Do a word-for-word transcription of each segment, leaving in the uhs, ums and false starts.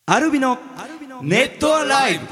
アルビのネットアライブ。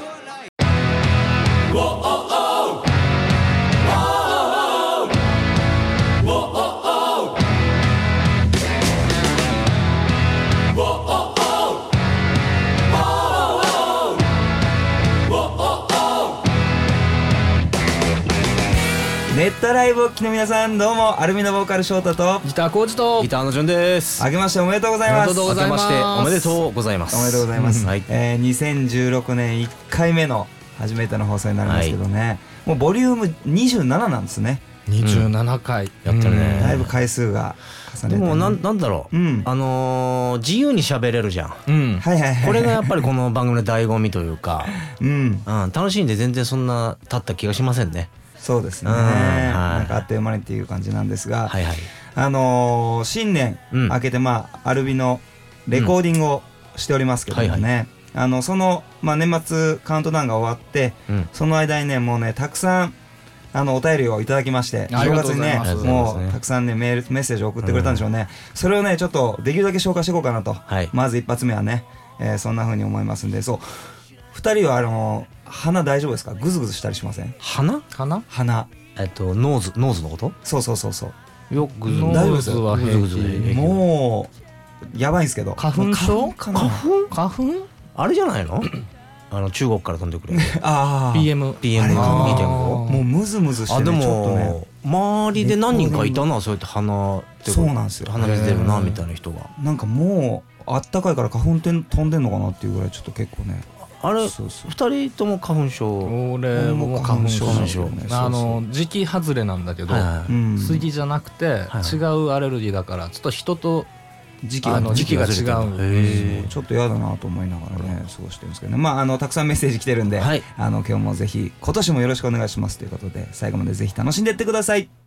ネットライブをお聞きの皆さん、どうもアルミのボーカル翔太とギターコージとギターの順です。 あけましておめでとうございます。 おめでとうございます。 明けましておめでとうございます。 おめでとうございます、 うん、はい、 えー、にせんじゅうろくねんいっかいめの初めての放送になりますけどね、はい、もうボリュームにじゅうなななんですね。 にじゅうななかい、 うん、やってるね。 だいぶ回数が重ねて、ね、 でもな ん, なんだろう、うん、あのー、自由に喋れるじゃん、うん、はいはいはい、これがやっぱりこの番組の醍醐味というか、うんうん、楽しいんで全然そんな経った気がしませんね。 そうですね、はい、なんかあっという間にっていう感じなんですが、はいはい、あのー、新年明けて、まあ、アルビのレコーディングをしておりますけどもね、うんはいはい、あのその、まあ、年末カウントダウンが終わって、うん、その間にねもうねたくさんあのお便りをいただきまして、正月にねもうたくさんねメールメッセージを送ってくれたんでしょうね、うん、それをねちょっとできるだけ紹介していこうかなと、はい、まず一発目はね、えー、そんな風に思いますんで、そうふたりはあの鼻大丈夫ですか？グズグズしたりしません？ 鼻？ 鼻？鼻えっとノーズノーズのこと？ そうそうそうそう。 よくノーズは平気。もうやばいんですけど。 花粉症？ 花粉？ 花粉？ あれじゃないの？あの中国から飛んでくる。 ああ。 ピーエムピーエム にてんご。 もうムズムズしてね。 あでもちょっとね周りで何人かいたな、そうやって鼻ってそうなんですよ。 鼻水出るなみたいな人が。 なんかもうあったかいから花粉飛んでんのかなっていうぐらいちょっと結構ね。 あれふたりとも花粉症。 俺も花粉症。あの時期外れなんだけど、杉じゃなくて違うアレルギーだからちょっと人と時期が違う。 ちょっと嫌だなと思いながらね過ごしてるんですけどね。まああのたくさんメッセージ来てるんで、あの今日もぜひ今年もよろしくお願いしますということで、最後までぜひ楽しんでいってください。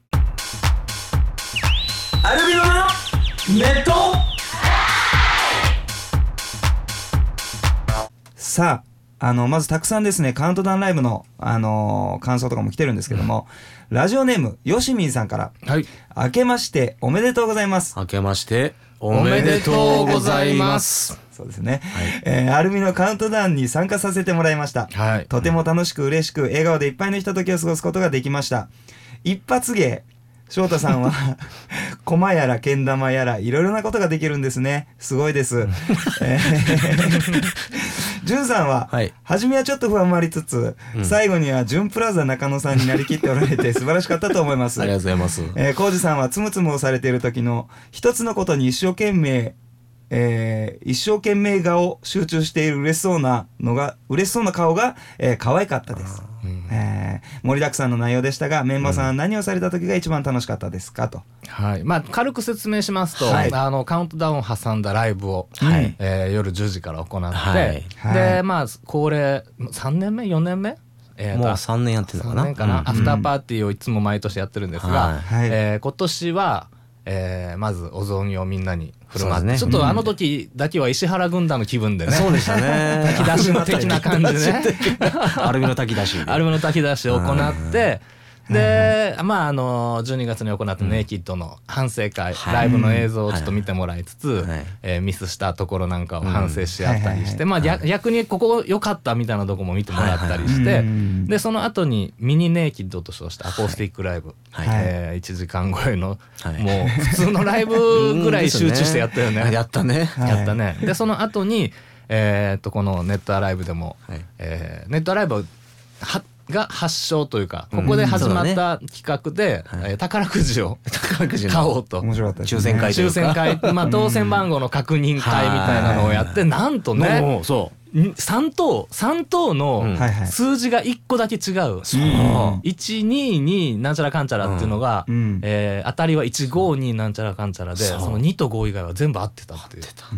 アルビノのネット。さあ、あのまずたくさんですねカウントダウンライブの、あのー、感想とかも来てるんですけども、うん、ラジオネームよしみんさんから、はい、明けましておめでとうございます。 明けましておめでとうございます。 そうですね、はい、えー、アルミのカウントダウンに参加させてもらいました、はい、とても楽しく嬉しく笑顔でいっぱいのひとときを過ごすことができました。一発芸翔太さんは駒やらけん玉やらいろいろなことができるんですね。すごいです。えーじゅんさんは、はい、初めはちょっと不安もありつつ、うん、最後にはジュンプラザ中野さんになりきっておられて素晴らしかったと思います。 ありがとうございます。 えー、コウジさんはつむつむをされている時の一つのことに一生懸命えー、一生懸命顔集中している嬉しそうなのが嬉しそうな顔が、えー、可愛かったです、うん、えー、盛りだくさんの内容でしたが、メンバーさんは何をされた時が一番楽しかったですかと、 はい、まあ、軽く説明しますと、はい、あのカウントダウンを挟んだライブを、はい、えー、夜じゅうじから行って、はい、でまあ恒例さんねんめよねんめえー、 もうさんねんやってるのかな、 さんねんかな、うん、アフターパーティーをいつも毎年やってるんですが、はい、えー、今年はえー、まずお雑煮をみんなに振る舞って、ね、ちょっとあの時だけは石原軍団の気分でね、 そうでしたね炊き出しの的な感じでねアルミの炊き出しアルミの炊き出しを行って、で、まああのじゅうにがつに行ったネイキッドの反省会、うん、ライブの映像をちょっと見てもらいつつ、はい、えー、ミスしたところなんかを反省し合ったりして、まあ逆にここ良かったみたいなとこも見てもらったりして、でその後にミニネイキッドと称したアコースティックライブ、はい、えー、いちじかん超えの、はい、もう普通のライブぐらい集中してやったよねやったねやったね。でその後にえー、っとこのネットアライブでも、はい、えー、ネットアライブはが発祥というか、ここで始まった企画で、うん、ね、えー、宝くじを買おうと、 面白かったですね、 抽選会というか抽選会、まあ、当選番号の確認会みたいなのをやって、なんとね、 そうさん等さん等の数字がいっこだけ違う、うん、いちにになんちゃらかんちゃらっていうのが、うん、えー、当たりはいちごになんちゃらかんちゃらで、そのにとご以外は全部合ってたっていう、 うん、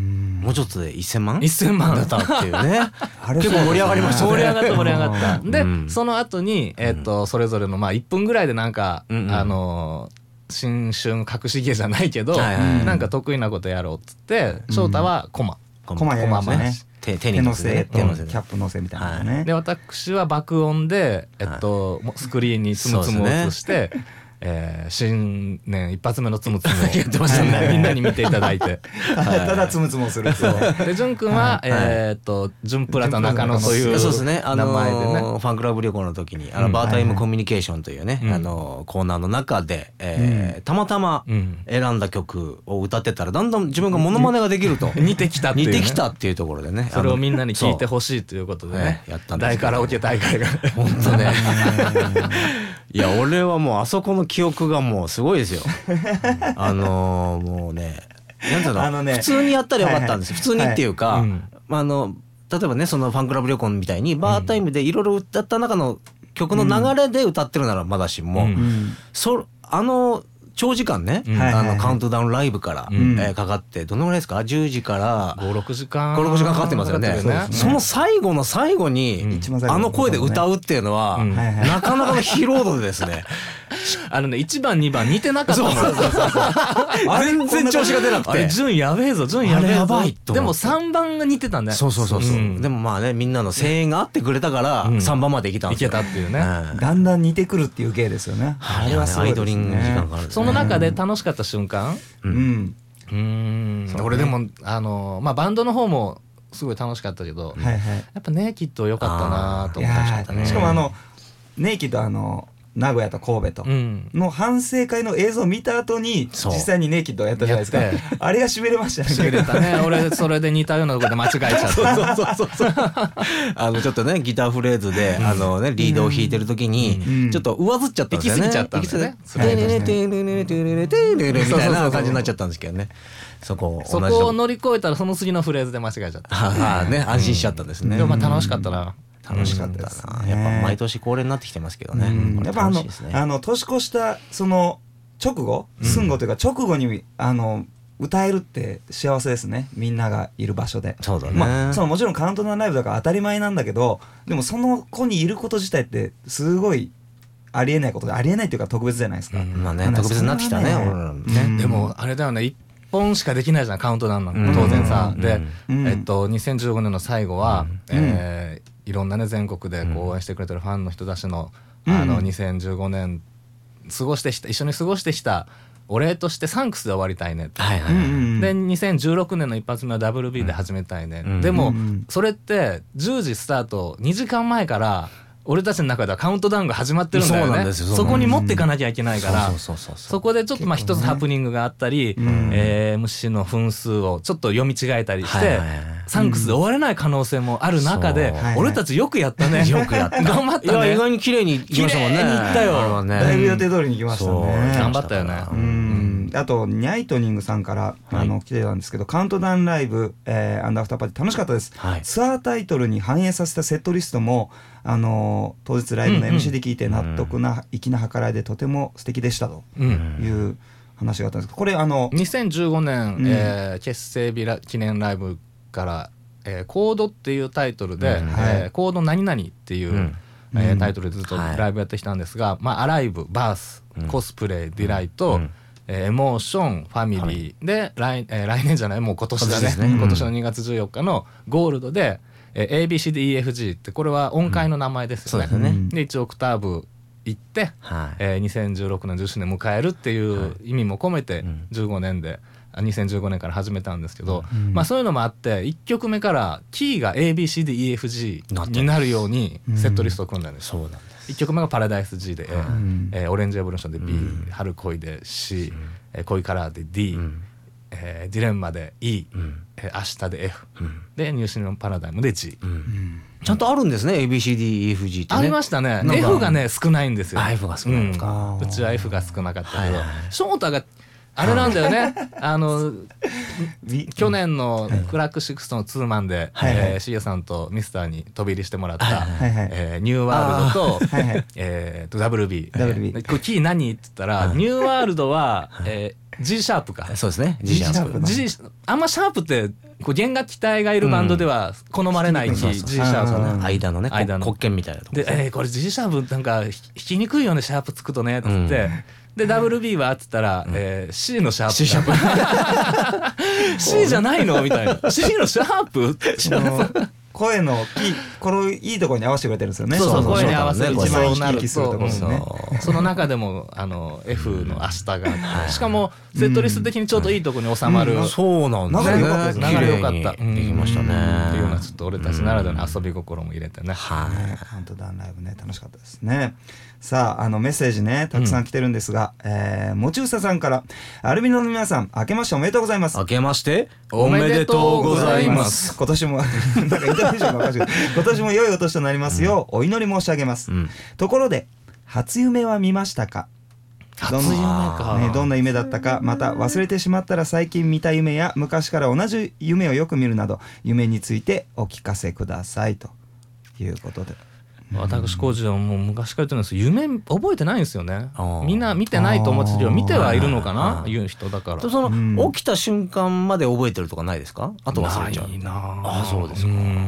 もうちょっとでせんまんせんまんだったっていうね結構盛り上がりましたね。 盛り上がった盛り上がったで、うん、その後に、えー、とそれぞれのまあいっぷんぐらいでなんか、うんうん、あのー、新春隠し芸じゃないけど、はいはいはい、なんか得意なことやろうっつって翔太はコマコマやりましたね。 手, 手に乗せて、 手のせ、キャップ乗せみたいなね、はい、 で私は爆音で、えっと、はい、スクリーンにつむつむを映して、 えー、新年一発目のつむつむをやってましたねみんなに見ていただいてただつむつむをするで淳君は、はい、えー、っと淳プラタ中野というそうですね、あのー、 名前でねファンクラブ旅行の時にあのバータイムコミュニケーションというね、うん、あのコーナーの中で、えーうん、たまたま選んだ曲を歌ってたらだんだん自分がモノマネができると似てきたっていう、ね、 似てきたっていうところでねそれをみんなに聞いてほしいということでね、 やったんです大カラオケ大会が本当ねいや俺はもうあそこの記憶がもうすごいですよあのー、もうねなんていうの、あのね、普通にやったらよかったんですよ、はいはい、普通にっていうか、はい、うん、あの例えばねそのファンクラブ旅行みたいにバータイムでいろいろ歌った中の曲の流れで歌ってるならまだしも、うん、そあの長時間ね、うん、あのカウントダウンライブから、うん、えー、かかってどのぐらいですかじゅうじからごろくじかんごろくじかんかかってますよね。そ, ねその最後の最後に、うん、あの声で歌うっていうのは、うん、なかなかの疲労度でですねあのねいちばんにばん似てなかったもん全然調子が出なくてあれ順やべえぞ順やべえぞやばいとでもさんばんが似てたんだよ。 そうそうそうそう、うん、でもまあねみんなの声援があってくれたから、うん、さんばんまでいけたんですよ、 いけたっていうね、 うん、だんだん似てくるっていう芸ですよね。 あれはすごいですね、アイドリング時間があるんですね。 その中で楽しかった瞬間、うん、うん、うん、俺でもあのまあバンドの方もすごい楽しかったけど、はいはい、やっぱネイキッド良かったなと思って、 ね、しかもあのネイキッドあの名古屋と神戸との反省会の映像を見た後に実際にネイキッドをやったじゃないですか。あれがしびれましたね。 しびれたね。俺それで似たようなところで間違えちゃった。そうそうそうそうあのちょっとねギターフレーズで、うん、あのねリードを弾いてる時に、うん、ちょっと上ずっちゃったんですよね。 行き過ぎちゃったんですね。 テレレテレレテレレテレレみたいな感じになっちゃったんですけどね。そこそこを乗り越えたらその次のフレーズで間違えちゃった。 はあね安心しちゃったんですね。 でもまあ楽しかったな。 楽しかったですな、うん、やっぱ毎年恒例になってきてますけどね、うん、 やっぱあの、あの年越したその直後寸後というか直後にあの歌えるって幸せですね。みんながいる場所で。 そうだね、 まあ、そのもちろんカウントダウンライブだから当たり前なんだけどでもその子にいること自体ってすごいありえないことでありえないというか特別じゃないですか、うん、 まあね特別になってきたね、俺らね、 うん、でもあれだよねいっぽんしかできないじゃんカウントダウンなんて当然さ、うん、で、うん、えっとにせんじゅうごねんの最後は、うん、えーいろんなね全国でこう応援してくれてるファンの人たちの、うん、あのにせんじゅうごねん過ごしてきた一緒に過ごしてきたお礼としてサンクスで終わりたいねって、はいはいはい、でにせんじゅうろくねんの一発目は ダブリュービー で始めたいね、うん、でも、うん、それってじゅうじスタートにじかんまえから俺たちの中ではカウントダウンが始まってるんだよね。そうなんですよ。そこに持っていかなきゃいけないから、そこでちょっとまあ一つハプニングがあったり、ねえー、エムシー の分数をちょっと読み違えたりして、はいはいはい、サンクスで終われない可能性もある中で、うん、俺たちよくやったね。 よくやった。 頑張ったね。いや意外に綺麗に行きましたもんね。 綺麗に行ったよ。 ね、だいぶ予定通りに行きましたね。 頑張ったよね。 うんあとニャイトニングさんからあの、はい、来てたんですけどカウントダウンライブ、えー、アンダーアフターパーティー楽しかったです、はい、ツアータイトルに反映させたセットリストもあの当日ライブの エムシー で聞いて納得な粋な計らいでとても素敵でしたという話があったんですけどこれあのにせんじゅうごねん、うんえー、結成日記念ライブから、えー、コードっていうタイトルで、うんえー、コード何々っていう、うんえー、タイトルでずっとライブやってきたんですが、はいまあ、アライブ、バース、うん、コスプレ、ディライト、うんえー、エモーション、ファミリー、はい、で 来,、えー、来年じゃないもう今年だ ね, ね、うん、今年のにがつじゅうよっかのゴールドで、えー、エービーシーディーイーエフジー ってこれは音階の名前ですよね、うん、そうですね。でいちオクターブ行って、はいえー、にせんじゅうろくねんじゅっしゅうねん迎えるっていう意味も込めてじゅうごねんで、うん、にせんじゅうごねんから始めたんですけど、うんまあ、そういうのもあっていっきょくめからキーが エービーシーディーイーエフジー になるようにセットリストを組んだんです、うん、そうなんです。いっきょくめがパラダイス G で、うんえー、オレンジエボリューションで B、うん、春恋で C、うん、恋カラーで D、うんえー、ディレンマで E、うんえー、明日で F、うん、でニューシネマパラダイムで G、うんうん、 ちゃんとあるんですね エービーシーディーイーエフジー ってね。 ありましたね。 F がね少ないんですよ。 F が少ないのか、 うん、うちは F が少なかったけど、はいはい、翔太があれなんだよねあの去年のクラックシックスのツーマンで、はいはいえー、シゲさんとミスターに飛び入りしてもらった、はいはいえー、ニューワールドと、はいはいえー、と ダブリュービー、ダブリュービー、これキー何って言ったら、はい、ニューワールドは、えー、G シャープか。 そうですね G シャープ、 G、あんまシャープってこう弦楽器隊がいるバンドでは好まれないキー、うん、G シャープね、 間のね間の黒鍵みたいなとこで、えー、これ G シャープなんか弾きにくいよねシャープつくとねって言って、うんで ダブリュービー はって言ったら、うんえー、C のシャープ C, シャープ C じゃないのみたいな C のシャープ声のキーこのいいところに合わせてくれてるんですよね。 そうそう声に合わせる一番生き生きするところですね。 その中でもあの F の明日があって、しかもセットリスト的にちょうどいいところに収まる、 そうなんですね。 流れ良かった。 できましたね。 っていうようなちょっと俺たちならではの遊び心も入れてね。 はい。カウントダウンライブね楽しかったですね。さああのメッセージねたくさん来てるんですが、うん、えー、もちうささんからアルビノの皆さん明けましておめでとうございます。 明けましておめでとうございます。 今年もなんかイントネーションがおかしい今年も良いお年となりますようお祈り申し上げます、うん、ところで初夢は見ましたか？ 初夢か、 ね、どんな夢だったか、また忘れてしまったら最近見た夢や昔から同じ夢をよく見るなど夢についてお聞かせくださいということで、 私浩二はもう昔から言ってるんですけど夢覚えてないんですよね。みんな見てないと思ってるけど見てはいるのかないう人だから。 その起きた瞬間まで覚えてるとかないですか？あと忘れちゃう。 ないなあ、そうですか。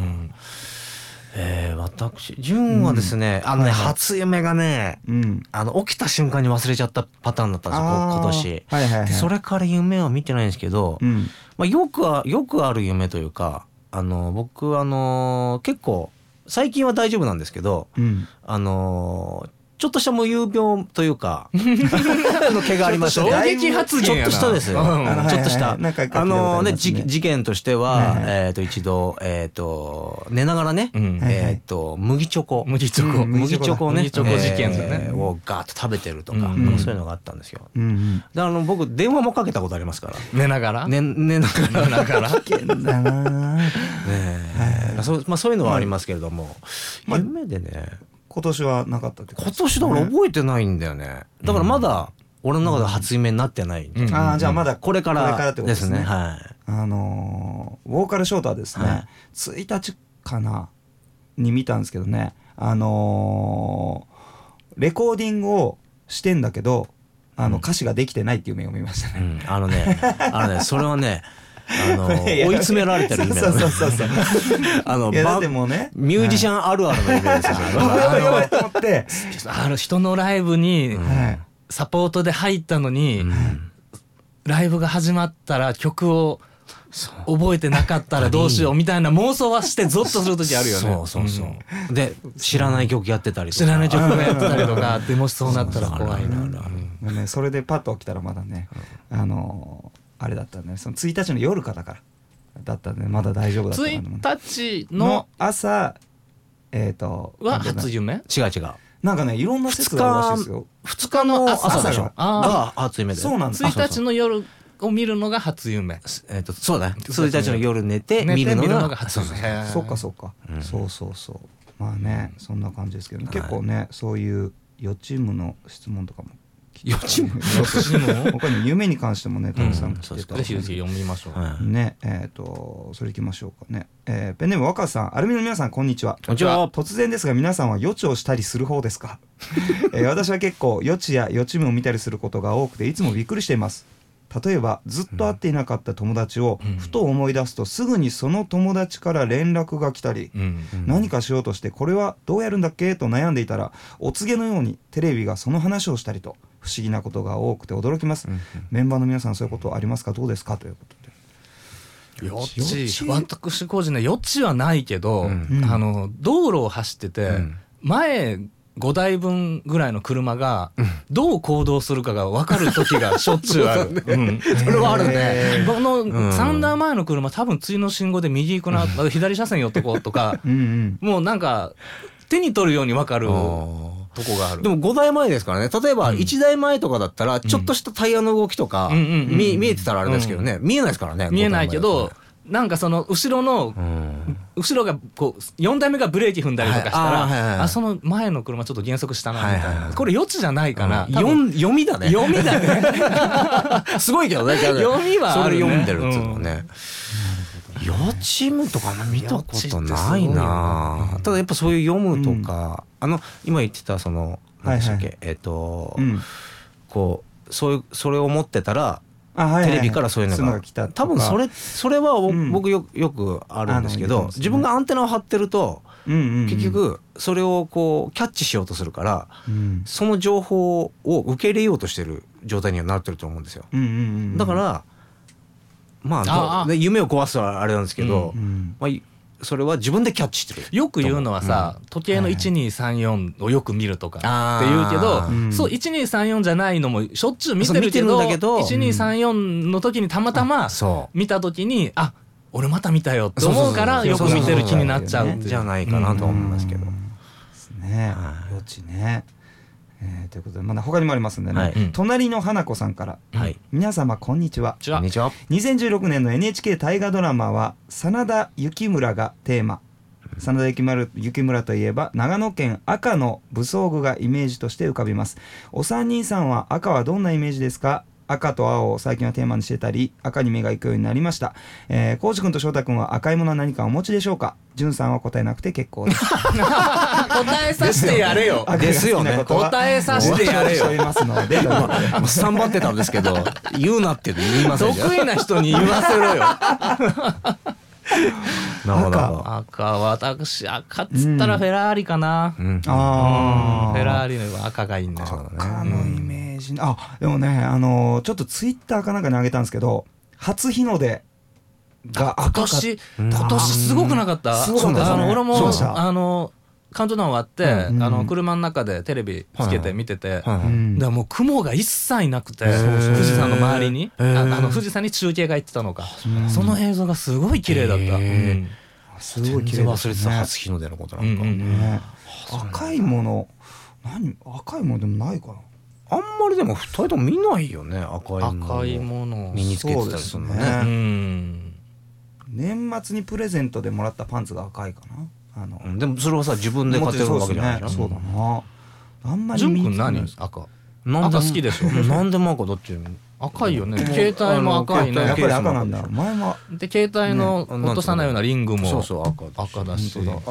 えー、私純はですね、うん、あのね、はいはい、初夢がね、うん、あの起きた瞬間に忘れちゃったパターンだったんですよ今年、はいはいはい、でそれから夢は見てないんですけど、うん、まあ、よくはよくある夢というか、あの僕あの結構最近は大丈夫なんですけど、うん、あのちょっとした無遊病というかの毛がありましたね。 衝撃発言やな。 ちょっとしたですよ、うん、ちょっとした、はいはい、あのね事件としては、はいはい、えー、と一度、えー、と寝ながらね、うん、えー、と麦チョコ麦チョコ、 うん、麦チョコをね麦チョコ事件でね、 えー、をガーッと食べてるとか、うんうん、そういうのがあったんですよ、うんうん、であの僕電話もかけたことありますから寝ながら、 ね、寝ながら寝ながら危険だなねえ、はい、そう、まあ、そういうのはありますけれども、はい、夢でね今年はなかったってことですか？今年だから覚えてないんだよね。だからまだ俺の中では初夢になってない。 うんうん、ああ、じゃあまだこれからこれからってことですね。 ですね。はい。 あのー、ボーカルショートはですね、はい、ついたちかなに見たんですけどね、あのー、レコーディングをしてんだけど、あの歌詞ができてないっていう夢を見ましたね。うん、 あのね、あのね、それはね。あの追い詰められてる夢だね。そうそうそうそう。 あのだってもうね、 ミュージシャンあるあるの夢ですよ。 あのあの人のライブにサポートで入ったのに、うん、ライブが始まったら曲を覚えてなかったらどうしようみたいな妄想はしてゾッとする時あるよね。 そうそうそう。うん、で知らない曲やってたりとか。 知らない曲がやってたりとか。でもしそうなったら怖いな。 うんね、それでパッと起きたらまだね、あのー。あれだったね、そのついたちの夜かだからだったんでまだ大丈夫だったかな。 ついたちの朝えっとは初夢？ 違う違う。 なんかねいろんな説があるらしいですよ。 ふつかの朝でしょ。 ああ初夢で。 そうなんです。 ついたちの夜を見るのが初夢。 えっとそうだね。ついたちの夜寝て見るのが初夢。そっかそっか。そうそうそう。まあねそんな感じですけど結構ねそういう予知夢の質問とかも。 予知夢他に夢に関してもねたくさん来てた、 ぜひぜひ読みましょう、 はい、ねえっ、ー、とそれいきましょうかね、えー、ペンネーム若さんアルミの皆さんこんにちは。 こんにちは。 突然ですが皆さんは予知をしたりする方ですか？えー、私は結構予知や予知夢を見たりすることが多くていつもびっくりしています。例えばずっと会っていなかった友達をふと思い出すとすぐにその友達から連絡が来たり、うん、何かしようとしてこれはどうやるんだっけと悩んでいたらお告げのようにテレビがその話をしたりと不思議なことが多くて驚きます、うんうん、メンバーの皆さんそういうことありますか？どうですかということで。 予知私個人ね予知はないけど、うん、あの道路を走ってて、うん、前ごだいぶんぐらいの車がどう行動するかが分かる時がしょっちゅうある。 うん、それはあるね。 このさんだいまえの車多分次の信号で右行くな、うん、左車線寄ってこうとかうん、もうなんか手に取るように分かるとこがある。 でもごだいまえですからね。例えばいちだいまえとかだったらちょっとしたタイヤの動きとか見えてたらあれですけどね、見えないですからね。 見えないけどなんかその後ろの、うん、後ろがこうよんだいめがブレーキ踏んだりとかしたら、はい、あ、はいはい、あその前の車ちょっと減速したなみたいな、はいはいはい、これ予知じゃないかな、 うん、読みだね読みだねすごいけどね読みはあるね、 それ読んでるっていうのはね、うん、予知夢とか見たことないな、うん、ただやっぱそういう読むとか、うん、あの今言ってたその何でしたっけ、はいはい、えっ、ー、と、うん、こうそういうそれを持ってたらあ、はいはいはい、 テレビからそういうの が, が来た多分それそれは、うん、僕 よ, よくあるんですけど、ね、自分がアンテナを張ってると、うんうんうん、結局それをこうキャッチしようとするから、うん、その情報を受け入れようとしてる状態にはなってると思うんですよ、うんうんうん、だからまあああ夢を壊すはあれなんですけど、うんうんまあ、 それは自分でキャッチしてる。 よく言うのはさ、うん、時計のいちにさんよんをよく見るとかって言うけど、うん、そういちにさんよんじゃないのもしょっちゅう見てるけど、けどいちにさんよんの時にたまたま見た時に、あ、あ俺また見たよって思うからよく見てる気になっちゃうじゃないかなと思いますけど。 ですね。余地ね。えー、ということでまだ他にもありますんでね、はい、隣の花子さんから、はい、皆様こんにちは。 こんにちは。 にせんじゅうろくねんの エヌエイチケー 大河ドラマは真田幸村がテーマ。真田幸村、幸村といえば長野県赤の武装具がイメージとして浮かびます。お三人さんは赤はどんなイメージですか？赤と青を最近はテーマにしてたり赤に目が行くようになりました。えー、浩司君と翔太君は赤いものは何かお持ちでしょうか？潤さんは答えなくて結構です。 答えさせてやれよ。 ですよね。 答えさせてやれよ。 スタンバってたんですけど言うなって言いません。 得意な人に言わせろよ。 なるほど。 赤, 赤私赤っつったらフェラーリかな、うん、 あフェラーリの赤がいいんだよ、 ね、赤のイメージ、うん、あでもねあのー、ちょっとツイッターかなんかに上げたんですけど初日の出が赤かった今年すごくなかった？ すごかったですね。 あの俺もあのカウントダウン終わって、うんうん、あの車の中でテレビつけて見てて、はいはい、だもう雲が一切なくて富士山の周りに あ, あの富士山に中継が行ってたのか、その映像がすごい綺麗だった、うん、 すごい綺麗だった、ね、忘れてた初日の出のことなんか、うんうんね、赤いもの何赤いものでもないかな。 あんまりでもふたりとも見ないよね赤いもの。 赤いもの身につけてたりするのね、 うん、 年末にプレゼントでもらったパンツが赤いかな。あのうん、でもそれはさ自分で買ってるわけじゃないじゃん。 そうだな。あんまり潤君何赤赤好きでしょ。 なんでも赤だって赤いよね。携帯も赤いね。 やっぱり赤なんだ。前もで携帯の落とさないようなリングもそうそう赤赤だし、あの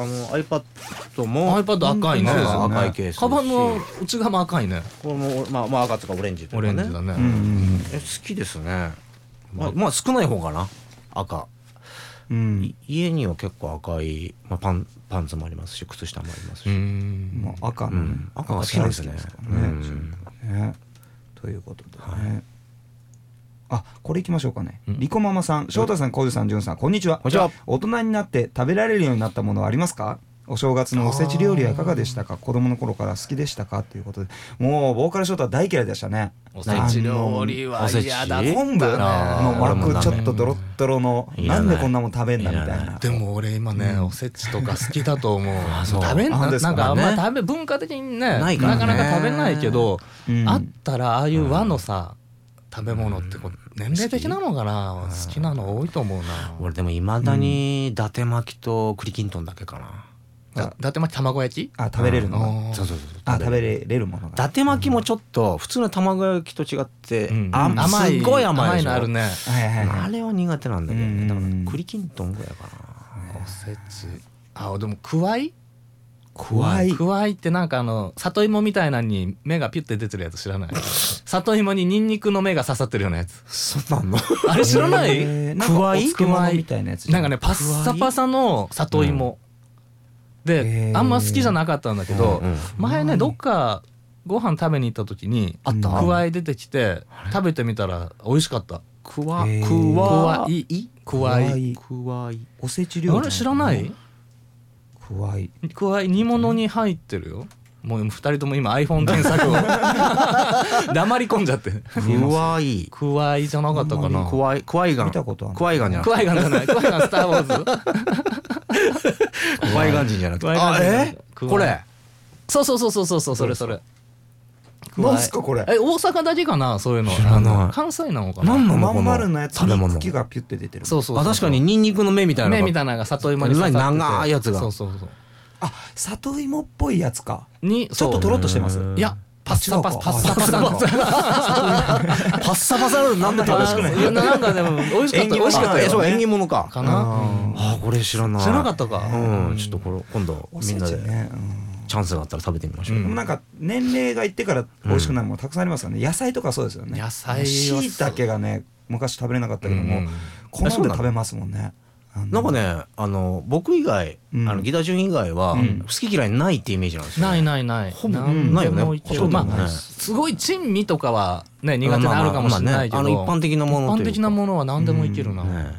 iPad も iPad 赤いね。 赤いケース。 カバンの内側も赤いね。 これもまあまあ赤とかオレンジとかね。 オレンジだね。 え好きですね。まあまあ少ない方かな赤。うん、家には結構赤い、まあ、パン、パンツもありますし靴下もありますし、 まあ、赤の、うん、 赤が好きなんですね。 ねということでね、はい、あこれいきましょうかね。リコママさん、翔太さん、浩司さん、潤さん、こんにちは。 こんにちは。 大人になって食べられるようになったものはありますか？お正月のおせち料理はいかがでしたか？子供の頃から好きでしたか？ということで、もうボーカル翔太は大嫌いでしたね。 おせち料理は嫌だ。 昆布の膜ちょっとドロッドロのなんでこんなもん食べんだみたいな。 でも俺今ね、おせちとか好きだと思う。食べんなんかあんま食べ文化的にねなかなか食べないけど、あったらああいう和のさ食べ物ってこう年齢的なのかな、好きなの多いと思うな。 俺でもいまだに伊達巻きと栗きんとんだけかな。 伊達巻き卵焼きあ食べれるの。 そうそうそう。 あ食べれるものが。 伊達巻きもちょっと普通の卵焼きと違って甘いすごい甘いのあるね。 あれは苦手なんだけどね。だから栗きんとんぐらいかな。 おせちあでもくわいくわいくわいってなんかあの里芋みたいなのに芽がピュッて出てるやつ知らない？里芋にニンニクの芽が刺さってるようなやつ。 そうなの？ あれ知らない？ くわいくわいみたいなやつ。 なんかねパッサパサの里芋であんま好きじゃなかったんだけど、前ねどっかご飯食べに行った時にくわい出てきて食べてみたら美味しかった。 くわくわいくわいくわいおせち料理。 あれ知らない？ くわいくわい煮物に入ってるよ。もうふたりとも今 iPhone 検索を黙り込んじゃってくわいくわいじゃなかったかな。 くわいくわいがん見たことある。 くわいがんじゃなくてくわいがんじゃない。くわいがんスターウォーズくわいがんじんじゃなくてあえこれそうそうそうそうそうそうそれそれなんすかこれ。 え大阪だけかなそういうの。 知らない。 関西なのかな。 何のまん丸のやつに茎がピュッて出てる。 そうそうそう。 あ確かにニンニクの芽みたいな芽みたいなのが里芋に刺さってて長いやつが。 そうそうそう。 あ里芋っぽいやつか。 にちょっととろっとしてます。 いやパッサパサパッサパサのパッサパサなんで楽しくない？ いやなんかでも美味しかった。美味しかったよ。 そう縁起物か。 かな。 あこれ知らない。 知らなかったか。 うんちょっとこれ今度みんなでチャンスがあったら食べてみましょう。 なんか年齢がいってから美味しくないものたくさんありますよね。野菜とかそうですよね。 野菜しいたけがね昔食べれなかったけども好んで食べますもんね。 なんかねあの僕以外あのギター順以外は好き嫌いないってイメージなんですよ。 ないないない。 ほぼないよね。 まあすごい珍味とかはね苦手になるかもしれないけど、 あの一般的なもの一般的なものは何でもいけるな。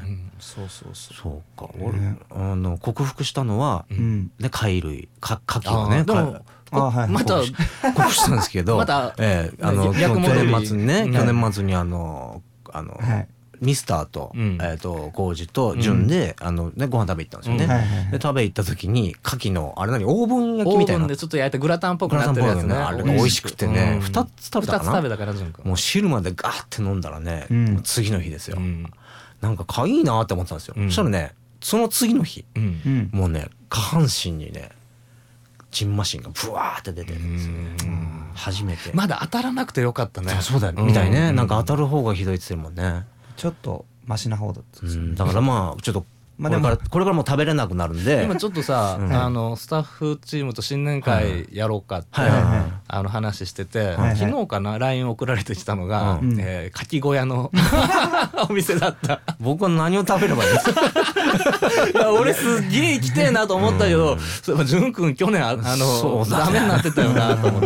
そうそうそう。 そうか、俺あの克服したのはね、貝類、か牡蠣をね、 あ、はい、また克服したんですけど、またええあの去年末にね、去年末にあのあのミスターとえっと浩二と潤であのねご飯食べ行ったんですよね。で食べ行った時に牡蠣のあれ何オーブン焼きみたいな、オーブンでちょっと焼いたグラタンっぽくなってるやつね。 あれが美味しくてね、二つ食べたかな。 二つ食べたから潤君。 もう汁までガーって飲んだらね、次の日ですよ。なんかかいいなって思ってたんですよ。そしたらね、その次の日もうね下半身にねジンマシンがブワーって出てるんですよ。初めて。 まだ当たらなくてよかったね。 そうだよみたいね。なんか当たる方がひどいって言ってるもんね。 ちょっとマシな方だった。 だからまあちょっとこれからこれからもう食べれなくなるんで、 今ちょっとさ、あのスタッフチームと新年会やろうかってあの話してて、昨日かな ライン 送られてきたのが牡蠣小屋のお店だった。 僕は何を食べればいいですか。 いや俺すっげえ行きてえなと思ったけど、そういえば潤君去年あのダメになってたよなと思って。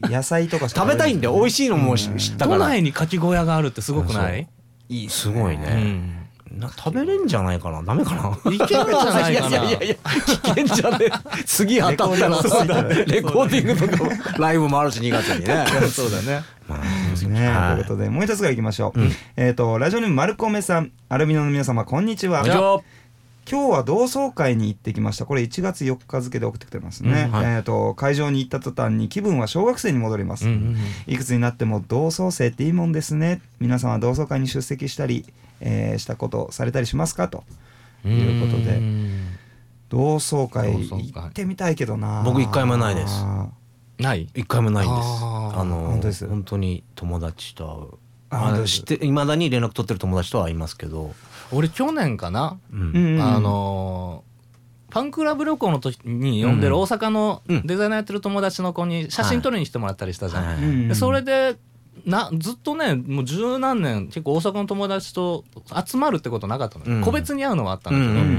野菜とか食べたいんで美味しいのも知ったから。 都内に牡蠣小屋があるってすごくない？ いいすごいね。な食べれんじゃないかな、ダメかな。 いけるんじゃないかな。 いやいやいや危険じゃねえ。次当たったらそうだね。レコーディングとかもライブもあるしにがつにね。 そうだね。 まあね、はい、ということでもう一つがいきましょう。うん、えっ、ー、とラジオネームマルコメさん、アルビノの皆様こんにちは。今日は同窓会に行ってきました。これいちがつよっか付で送ってきてますね。うんはい、えーと会場に行った途端に気分は小学生に戻ります。うんうんうん、いくつになっても同窓生っていいもんですね。皆さんは同窓会に出席したり、えー、したことされたりしますかということで、同窓会行ってみたいけどな。 僕一回もないです。 ない一回もないんです。あの本当です。本当に友達と会う、まあ、知って未だに連絡取ってる友達とは会いますけど、 俺去年かな、うん、あのファンクラブ旅行の時に呼んでる大阪のデザイナーやってる友達の子に写真撮りに来てもらったりしたじゃん、はい、でそれでなずっとねもう十何年結構大阪の友達と集まるってことなかったの、うん、個別に会うのはあったんだけど、うんうんうん、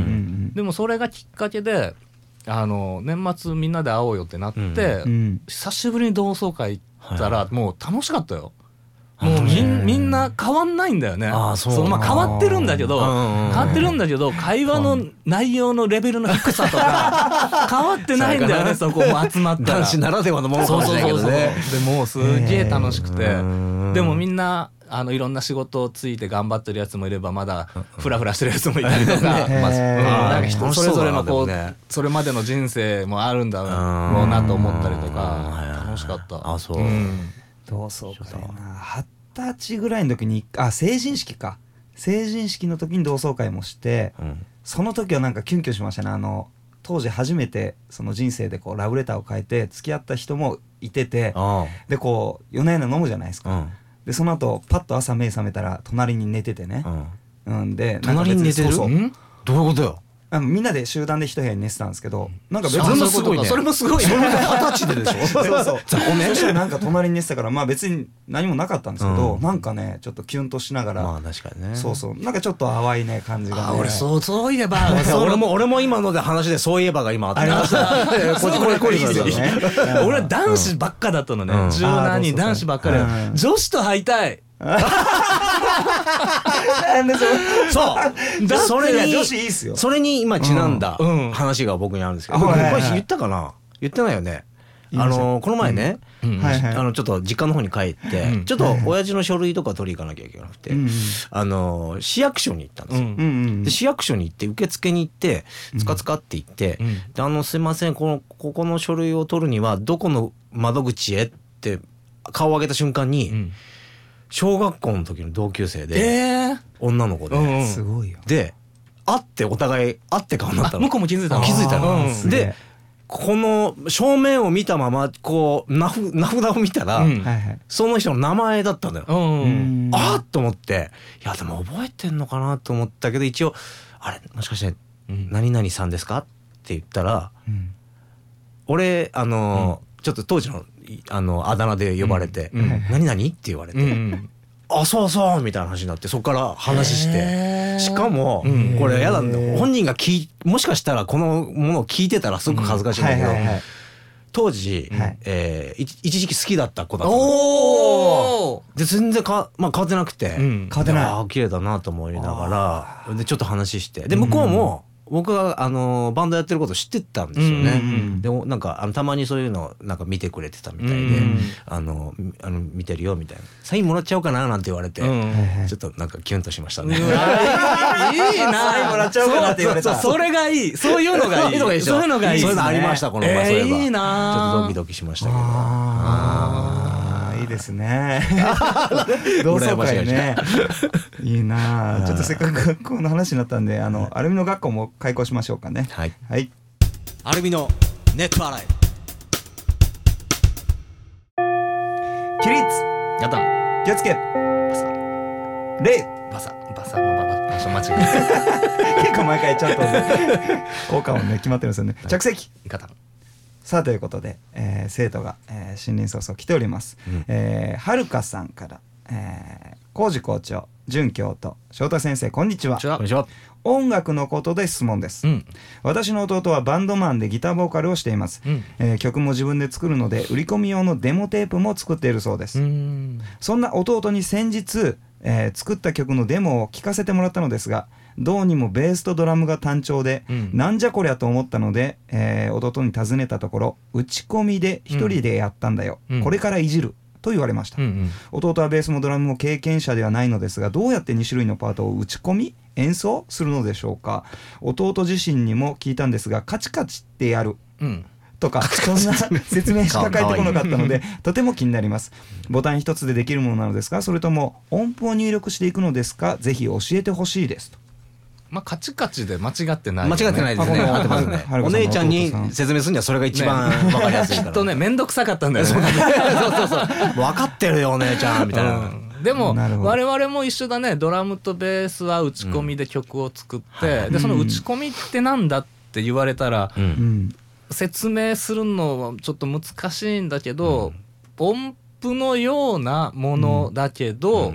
でもそれがきっかけであの年末みんなで会おうよってなって、うん、久しぶりに同窓会行ったら、はい、もう楽しかったよ。もう み, みんな変わんないんだよね。あそうそう、まあ、変わってるんだけど変わってるんだけど会話の内容のレベルの低さとか変わってないんだよね。そこも集まったら男子ならではのものかもしれないけどね。そうそうそうそう。でもうすげえ楽しくて、でもみんなあのいろんな仕事をついて頑張ってるやつもいればまだフラフラしてるやつもいたりとか、なんか人それぞれのこうそれまでの人生もあるんだろうなと思ったりとか楽しかった。 あそう、 同窓会な。はたちぐらいの時にあ成人式か成人式の時に同窓会もして、うん、その時はなんかキュンキュンしましたね。あの当時初めてその人生でこうラブレターを書いて付き合った人もいてて、でこう夜な夜な飲むじゃないですか、うん、でその後パッと朝目覚めたら隣に寝ててね、うん、うん、で隣に寝てる？ そうそう、 んどういうことよ。 あのみんなで集団で一部屋に寝てたんですけど、なんか別にそれもすごいね。 それもすごいね。 二十歳ででしょ。 そうそうそしたらなんか隣に寝てたからまあ別に何もなかったんですけど、うん、なんかねちょっとキュンとしながら、まあ確かにね。そうそうなんかちょっと淡いね感じが、ね。 あ俺そうそういえば俺も俺も今ので話でそういえばが今ありました。 これこれこれいいですよね。俺男子ばっかだったのね。柔軟に男子ばっかり。女子と会いたい。 そうだそれに女子いいっすよ。 それに今ちなんだ話が僕にあるんですけど、これ言ったかな言ってないよね。あのこの前ね、あのちょっと実家の方に帰ってちょっと親父の書類とか取り行かなきゃいけなくて、あの市役所に行ったんですよ。で市役所に行って受付に行ってつかつかって行って「あのすいませんこのここの書類を取るにはどこの窓口へ?」って顔を上げた瞬間に小学校の時の同級生で、えー、女の子で、 うん、すごいよ。 で会ってお互い会って顔になったの。 向こうも気づいたの。 気づいたの、うん、でこの正面を見たままこう名札名札を見たら、うん、その人の名前だったんだよ、うんうん、あっと思っていやでも覚えてんのかなと思ったけど一応あれもしかして何々さんですかって言ったら、うん、俺あの、うん、ちょっと当時のあのあだ名で呼ばれて、うん、何々って言われて、うん、あそうそうみたいな話になってそこから話してしかも、うん、これやだんだ本人が聞いもしかしたらこのものを聞いてたらすごく恥ずかしいんだけど、 当時、はいえー、一時期好きだった子だったおで全然か、まあ、変わってなくて、うん、変わってないあ綺麗だなと思いながらでちょっと話してで向こうも、うん僕があのバンドやってること知ってたんですよね、うんうん、でもなんかあのたまにそういうのなんか見てくれてたみたいで、うん、あのあの見てるよみたいなサインもらっちゃおうかななんて言われて、うん、ちょっとなんかキュンとしましたね。いいなサインもらっちゃおうかなって言われた。 それがいいそういうのがいいそういうのがいいそういうのありましたこの前、そういえばいいなちょっとドキドキしましたけどああいいですね同窓会ねいいなちょっとせっかく学校の話になったんであのアルミの学校も開校しましょうかね。 はい、 はい、 アルミのネットアライ起立やった気をつけバサ礼バサバサの場所間違え結構毎回ちゃんと、ね、効果音ね決まってるんですよね。着席ガタンさあということで、えー、生徒が、えー、新年早々来ております、うんえー、はるかさんから、えー、浩二校長准教頭翔太先生こんにちは。 こんにちは。 音楽のことで質問です、うん、私の弟はバンドマンでギターボーカルをしています、うんえー、曲も自分で作るので売り込み用のデモテープも作っているそうです。うんそんな弟に先日、えー、作った曲のデモを聴かせてもらったのですがどうにもベースとドラムが単調で、うん、なんじゃこりゃと思ったので、えー、弟に尋ねたところ打ち込みで一人でやったんだよ、うん、これからいじると言われました、うんうん、弟はベースもドラムも経験者ではないのですがどうやってに種類のパートを打ち込み演奏するのでしょうか。弟自身にも聞いたんですがカチカチってやる、うんとかそんな説明しか返ってこなかったのでとても気になります。ボタン一つでできるものなのですかそれとも音符を入力していくのですかぜひ教えてほしいですと。 まあ、カチカチで間違ってないよね。 間違ってないですね。合ってますね。お姉ちゃんに説明するにはそれが一番分かりやすいから、ね、 きっとね面倒くさかったんだよねそうそうそう分かってるよお姉ちゃんみたいな、うん、 でも我々も一緒だね。ドラムとベースは打ち込みで曲を作って、うん、でその打ち込みってなんだって言われたら、うん、説明するのはちょっと難しいんだけど、うん、音符のようなものだけど、うん、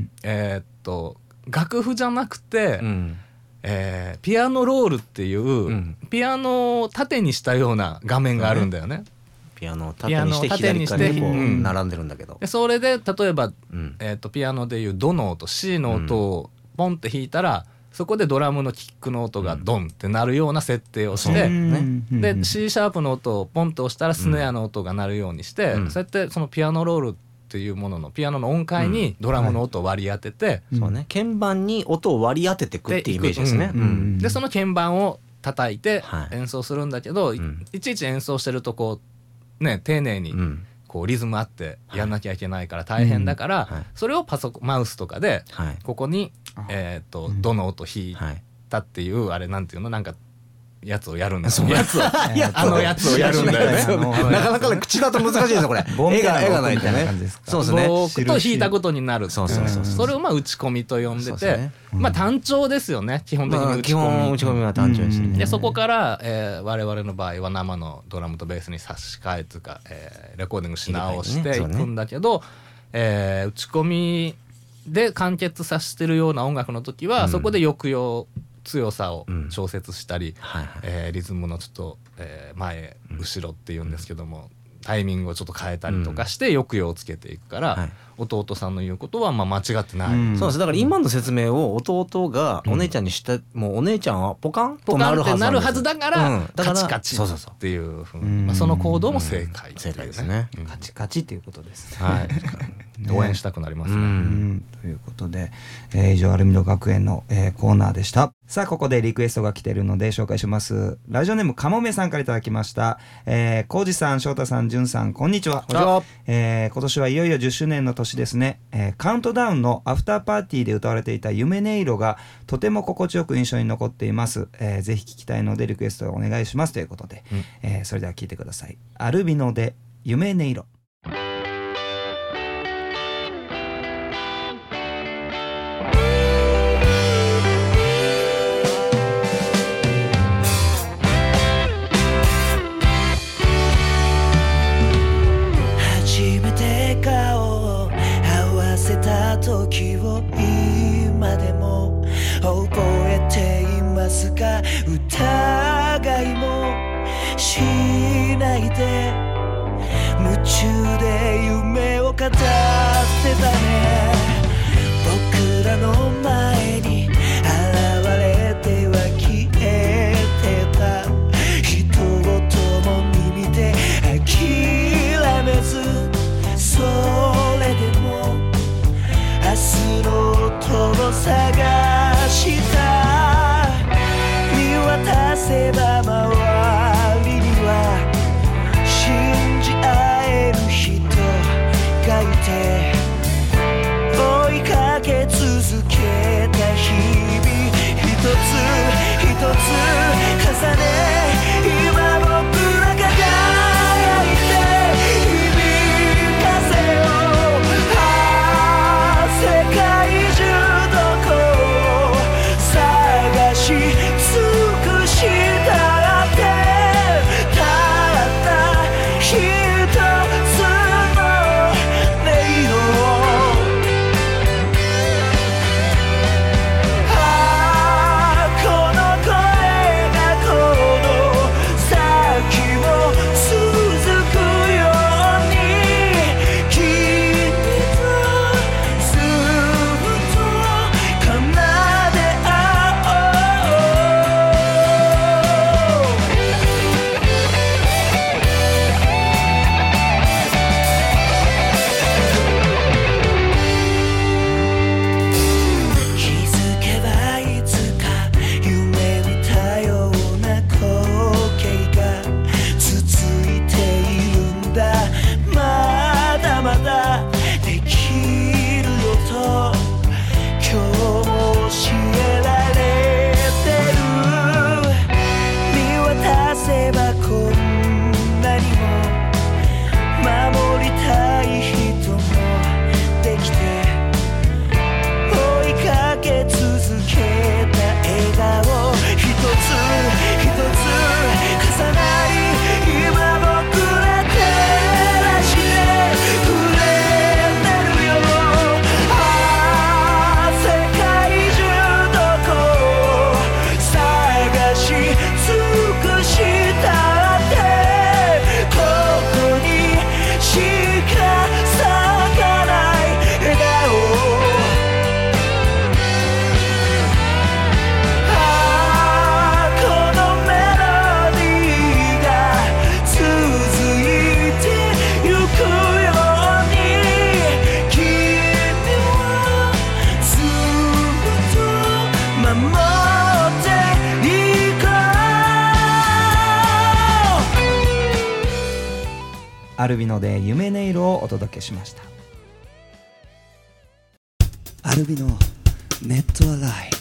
えー、っと楽譜じゃなくて、うんえー、ピアノロールっていう、うん、ピアノを縦にしたような画面があるんだよね、うん、 ピアノを縦にして左からこう並んでるんだけど、 でそれで例えば、うんえー、とピアノでいうドの音 C の音をポンって弾いたら、うん、そこでドラムのキックの音がドンってなるような設定をして、うんね、で C シャープの音をポンと押したらスネアの音が鳴るようにして、うん、そうやってそのピアノロールっていうもののピアノの音階にドラムの音を割り当てて、 うんはいそうね、鍵盤に音を割り当てていくっていうイメージですね、 うんうん、でその鍵盤を叩いて演奏するんだけど、はい、いちいち演奏してるとこうね丁寧にこうリズムあってやんなきゃいけないから大変だから、はい、それをパソコンマウスとかでここに、はいえー、とどの音弾いたっていうあれなんていうのなんかやつをやるんだよ。やつをあのやつをやるんだよね。 なかなかね口だと難しいですよこれ。絵が絵がないとね。 そうですね。ボークと弾いたことになる。そうそうそう。それをまあ打ち込みと呼んでて、まあ単調ですよね。基本的に打ち込み。基本打ち込みは単調ですね。でそこからえ我々の場合は生のドラムとベースに差し替えとかえレコーディングし直していくんだけど、え打ち込みで完結させてるような音楽の時はそこで抑揚強さを調節したり、うんはいはいえー、リズムのちょっと、えー、前、うん、後ろっていうんですけどもタイミングをちょっと変えたりとかして抑揚をつけていくから、うんはい、弟さんの言うことはまあ間違ってない、うん、 そうです。だから今の説明を弟がお姉ちゃんにした、うん、もうお姉ちゃんはポカンとなるはずなるはずだから、うん、だからカチカチっていうふうに、まあ、その行動も正解、ね、 正解ですね、 うん、カチカチっていうことです、 はいね、応援したくなりますね、うん、 ということで、えー、以上アルミの学園の、えー、コーナーでした。さあここでリクエストが来ているので紹介します。ラジオネームかもめさんからいただきました。えー、浩二さん翔太さんじゅんさんこんにちは。 こんにちは。 えー、今年はいよいよじゅっしゅうねんの年ですね、えー、カウントダウンのアフターパーティーで歌われていた夢音色がとても心地よく印象に残っています、えー、ぜひ聴きたいのでリクエストをお願いしますということで、うんえー、それでは聴いてください。アルビノで夢音色。 時を今でも覚えていますか。疑いもしないで中で夢を語ってたね。僕らの前に現れては消えてた。人事も見て諦めず、それでも明日の音を探した。見渡せば周りには信じ合える人がいて、追いかけ続けた日々、一つ一つ重ね、今僕ら輝いて響かせよう。ああ世界中どこを探し尽くしたって、たった一つの音色。ああこの声がこの先も続くように、君とずっと奏で合おう。気づけばいつか夢見たような光景が続いているんだ。まだまだできるよと今日も教えられてる。見渡せばこんなにも守りたい人もできて、追いかけ続けた笑顔、一つ一つ重なり、今僕ら照らしてくれてるよ。ああ世界中どこを探し尽くしたって、ここにしか咲かない笑顔。ああこのメロディーが続いてゆくように、君をずっと守っていこう。 アルビノで夢音色をお届けしました。アルビノネットアライブ。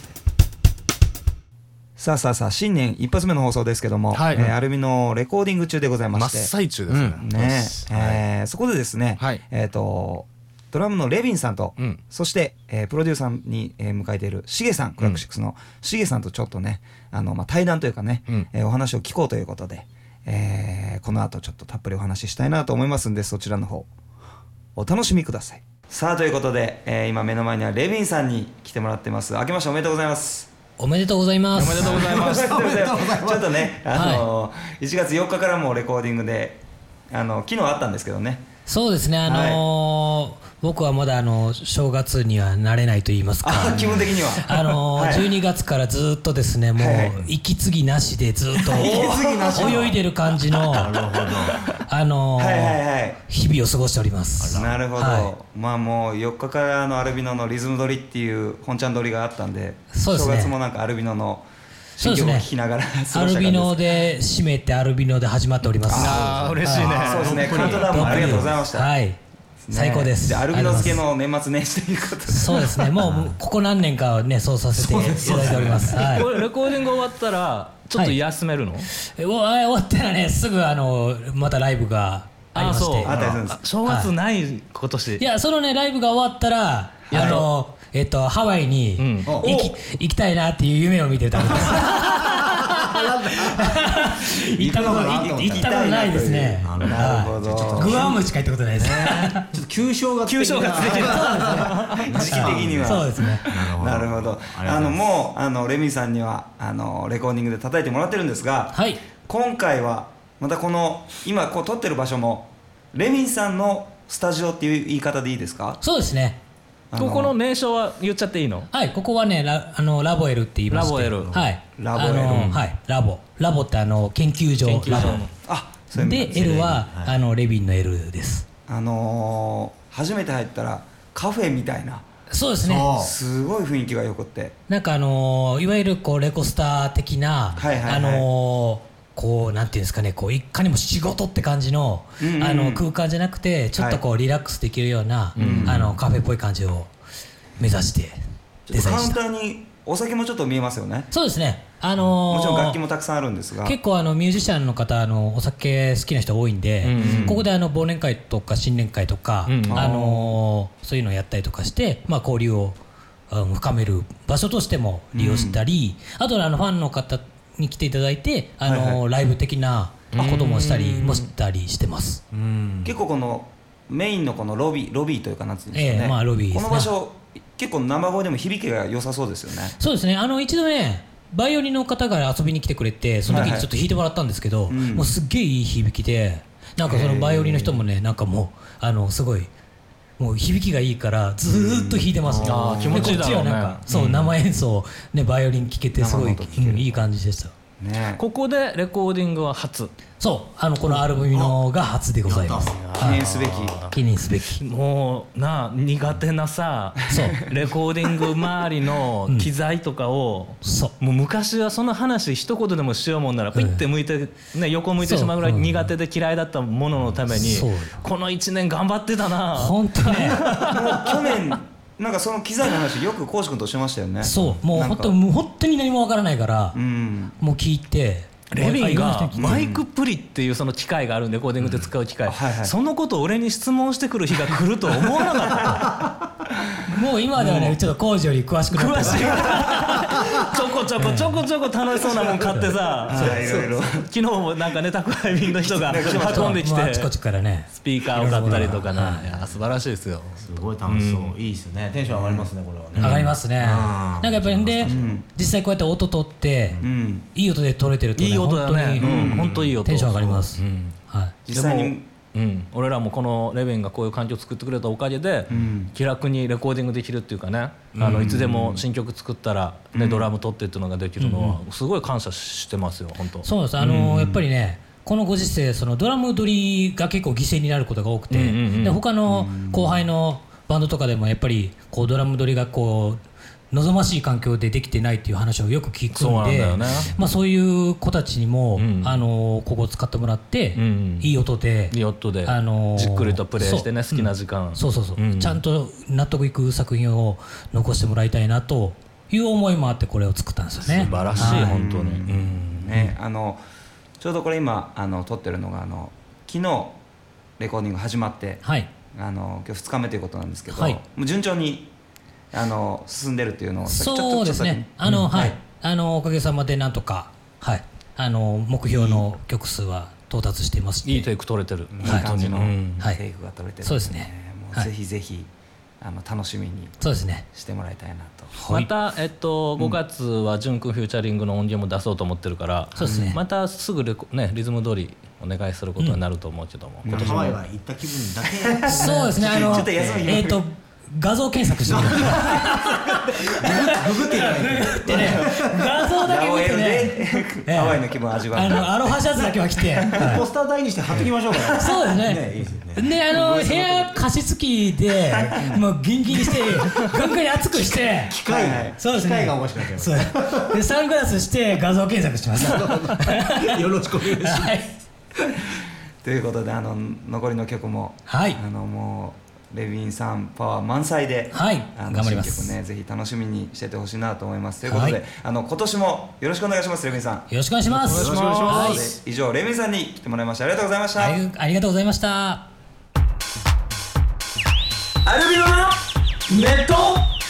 さあさあさあ、新年一発目の放送ですけども、 はいえーアルビノレコーディング中でございま真っして、 最中ですね、 ねえーそこでですね、 はいえーとドラムのレビンさんと、 うんそして、えープロデューサーに、えー迎えているシゲさん、クラックシックスのシゲさんとちょっとね、あの、まあ、対談というかね、 うんえーお話を聞こうということで、えーこの後ちょっとたっぷりお話ししたいなと思いますんで、そちらの方お楽しみください。さあということで、えー今目の前にはレビンさんに来てもらってます。明けましておめでとうございます。 おめでとうございます。 おめでとうございますおめでとうございますちょっとね、あのーいちがつよっかからもレコーディングで、あの昨日あったんですけどね。 そうですね、あのー僕はまだあの正月には慣れないと言いますか、 あ気分的にはあのーはいじゅうにがつからずっとですね、もうはい息継ぎなしでずっと泳いでる感じのあのーはいはいはい日々を過ごしております。 なるほど、 はまあもうよっかからのアルビノのリズム取りっていう本ちゃん取りがあったんで、 そうですね正月もなんかアルビノの新曲をそうですね聴きながら過ごしたア感じです。 ルビノで締めてアルビノで始まっております。 ああ嬉しいね、 そうですね、カウントダウンもありがとうございました。 はい、 ね最高です。 じゃあアルビノ付けの年末年始ということで。 そうですね、もうここ何年かはねそうさせていただいております。はいこれレコーディング終わったらちょっと休めるの？ えお終わったらねすぐあのまたライブがありまして、 あったりするんです。 正月ない今年。 いやそのねライブが終わったらあのえっとハワイにうん行き行きたいなっていう夢を見てたんです。行ったこと行ったことないですね。 なるほど。 グアムしか行ったことないです。 ちょっと旧正月旧正月的時期的には。 そうですね。 なるほど。あのもうあのレミさんにはあのレコーディングで叩いてもらってるんですが、 はい。 今回はまたこの今こう撮ってる場所もレミンさんのスタジオっていう言い方でいいですか？ そうですね。 ここの名称は言っちゃっていいの？ はい、ここはね、ラあのラボエルって言いまして、 ラボエル、 はい、 ラボエル、 あの、はい、ラボラボってあの研究所、 研究所ラボ、 あ、そういう意味で L は、 はい、 あのレビンの L です。 あのー、初めて入ったらカフェみたいな、 そうですね、 すごい雰囲気がよくって、なんかあのー、いわゆるこうレコスター的な、はいはいはい、あのーこうなんていうんですかね、こういかにも仕事って感じ の,、うんうん、あの空間じゃなくてちょっとこうリラックスできるような、はい、あのカフェっぽい感じを目指してデザインした。 カウンターにお酒もちょっと見えますよね。 そうですね、あのー、 もちろん楽器もたくさんあるんですが、 結構あのミュージシャンの方、あのお酒好きな人多いんで、うんうん、ここであの忘年会とか新年会とか、うんうん、あのー、そういうのをやったりとかして、まあ、交流を、うん、深める場所としても利用したり、うん、あとあのファンの方に来ていただいて、あのーはいはい、ライブ的なこともしたりもしたりしてます。 うん、結構このメインのこのロビーロビーというかなんつうんですかね、 えーまあ、ロビーですね。 この場所結構生声でも響きが良さそうですよね。 そうですね、あの一度ねバイオリンの方が遊びに来てくれて、その時にちょっと弾いてもらったんですけど、はいはい、もうすっげえいい響きで、なんかそのバイオリンの人もね、なんかもうあのすごいもう響きがいいからずーっと弾いてます。 あ、気持ちいいだろうね。 こっちはなんかそう、うん、生演奏ね、バイオリン聴けてすごい、うん、いい感じでした。 ね、ここでレコーディングは初。 そう、あのこのアルバムのが初でございます。 記念すべき記念すべき。 もうな苦手なさ、そうレコーディング周りの機材とかを、うん、そうもう昔はその話一言でもしようもんならピッて向いて、ね、横向いてしまうぐらい苦手で嫌いだったもののために、このいちねん頑張ってたな。 本当ねもう去年なんかその機材の話よくコウシ君としてましたよね。 そうもう本当もう本当に何もわからないから、うん、もう聞いて、 レビンがマイクプリっていうその機械があるんで、レコーディングで使う機械、うんはいはい、そのことを俺に質問してくる日が来ると思わなかったもう今ではねちょっと工事より詳しくなって詳しいちょこちょこちょこちょこ楽しそうなもん買ってさ、いろいろ昨日もなんかね宅配便の人が運んできて、 あちこちからねスピーカーを買ったりとかな、いや素晴らしいですよ。 すごい楽しそう、うん、いいですね。テンション上がりますね、これはね。 上がりますね。なんかやっぱりで、うん、実際こうやって音取って、うん、いい音で取れてるとね、 いい音だね、 本当に、 うん、本当いい音、 テンション上がります。 うん、はい、実際にうん、俺らもこのレビンがこういう環境を作ってくれたおかげで、うん、気楽にレコーディングできるっていうかね、うん、あのいつでも新曲作ったら、ね、うん、ドラム取ってっていうのができるのはすごい感謝してますよ本当。 そうです、あのーうん、やっぱりねこのご時世そのドラム取りが結構犠牲になることが多くて、うんうんうん、で他の後輩のバンドとかでもやっぱりこうドラム取りがこう望ましい環境でできてないっていう話をよく聞くんで、 そうなんだよね、まあ、そういう子たちにも、うん、あのここを使ってもらって、うん、いい音でいい音で、 あのじっくりとプレイしてね好きな時間、 うん、そうそうそう、うん、ちゃんと納得いく作品を残してもらいたいなという思いもあってこれを作ったんですよね。 素晴らしい、はい、本当に、 うんね、あのちょうどこれ今あの撮ってるのがあの昨日レコーディング始まって、はい、あの今日ふつかめということなんですけど、はい、もう順調にあの進んでるっていうのをそうですね、あの、うん、はい、はい、あのおかげさまでなんとか、はい、あの目標の曲数は到達しています。 いいテイク取れてる、 いい感じのテイクが取れてる、 そうですね、 もうぜひぜひあの楽しみにしてもらいたいなと。 また、えっと、ごがつはジュン君フューチャリングの音源も出そうと思ってるから、 そうですね、 またすぐレコ、ね、リズム通りお願いすることになると思うけども、 うん、今年もハワイは行った気分だけそうですね、あのちょっと休みえーと画像検索してくださいググっていただいてね、画像だけ見てねハワイの気分を味わう、 あのアロハシャツだけは着てポスター台にして貼っておきましょうか。 そうですね、であの部屋加湿器でもうギンギンにしてガンガンに熱くして機械そうですね、 機械がおかしくなっちゃいます。 でサングラスして画像検索しますよろしくお願いします、はい、 ということであの残りの曲も、はい、あのもうレビンさんパワー満載で、 はい、 あの頑張ります。 新曲ねぜひ楽しみにしててほしいなと思います。ということで、はい、あの今年もよろしくお願いします。レビンさんよろしくお願いします。 よろしくお願いします。はい、以上レビンさんに来てもらいましたありがとうございました。 あり、ありがとうございました。 アルビノのネット。